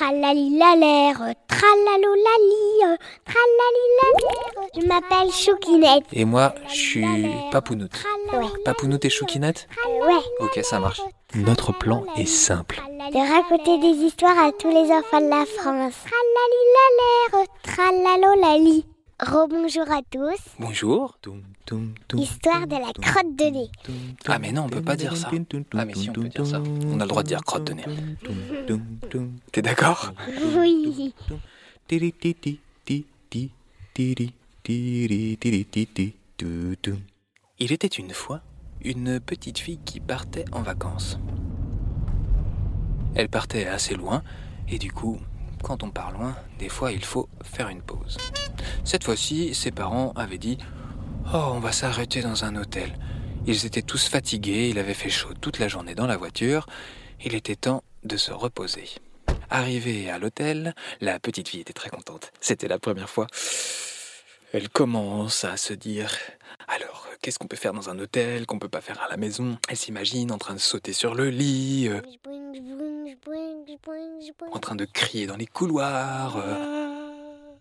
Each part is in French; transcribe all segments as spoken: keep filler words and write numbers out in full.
Tralalilalère, tralalolali, tralalilalère. Je m'appelle Choukinette. Et moi, je suis Papounoute. Ouais. Papounoute et Choukinette ? Ouais. Ok, ça marche. Notre plan est simple. De raconter des histoires à tous les enfants de la France. Tralalilalère, tralalolali. Rebonjour à tous. Bonjour. Toum, toum, toum, Histoire de la crotte de nez. Ah mais non, on peut pas dire ça. Ah mais si, on peut dire ça. On a le droit de dire crotte de nez. T'es d'accord ? Oui. Il était une fois une petite fille qui partait en vacances. Elle partait assez loin et du coup, quand on part loin, des fois il faut faire une pause. Cette fois-ci, ses parents avaient dit « Oh, on va s'arrêter dans un hôtel ». Ils étaient tous fatigués, il avait fait chaud toute la journée dans la voiture. Il était temps de se reposer. Arrivée à l'hôtel, la petite fille était très contente. C'était la première fois. Elle commence à se dire « Alors, qu'est-ce qu'on peut faire dans un hôtel qu'on peut pas faire à la maison ?» Elle s'imagine en train de sauter sur le lit, euh, en train de crier dans les couloirs. Euh...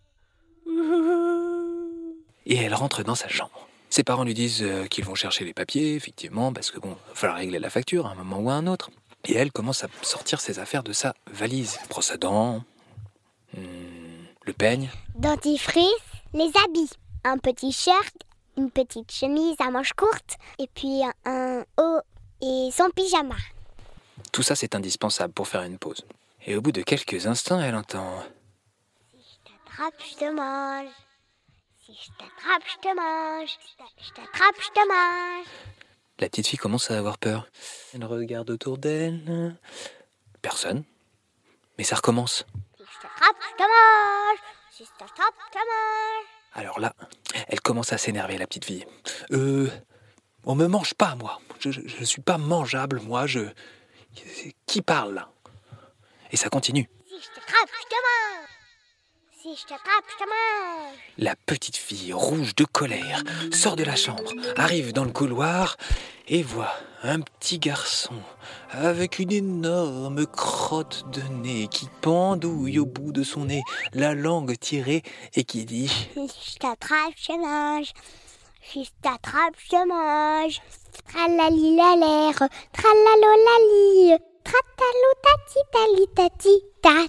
Et elle rentre dans sa chambre. Ses parents lui disent euh, qu'ils vont chercher les papiers, effectivement, parce que bon, il va falloir régler la facture à un moment ou à un autre. Et elle commence à sortir ses affaires de sa valise. Brosse à dents, hmm, le peigne. Dentifrice, les habits. Un petit shirt, une petite chemise à manches courtes, et puis un haut et son pyjama. Tout ça, c'est indispensable pour faire une pause. Et au bout de quelques instants, elle entend « Si je t'attrape, je te mange. Si je t'attrape, je te mange. Si je t'attrape, je te mange. » La petite fille commence à avoir peur. Elle regarde autour d'elle. Personne. Mais ça recommence. Si je t'attrape, je te mange. Si je t'attrape, je te mange. Alors là, elle commence à s'énerver, la petite fille. Euh, on me mange pas, moi. Je, je, je suis pas mangeable, moi. Je. Qui parle là ? Et ça continue. Si je t'attrape, je te mange. Si je t'attrape, je te mange. La petite fille, rouge de colère, sort de la chambre, arrive dans le couloir et voit un petit garçon avec une énorme crotte de nez qui pendouille au bout de son nez, la langue tirée et qui dit « Si je t'attrape, je te mange. Si je t'attrape, je te mange. Tralalilalère, tralalolali, tratalou tati tali tati ta terre. »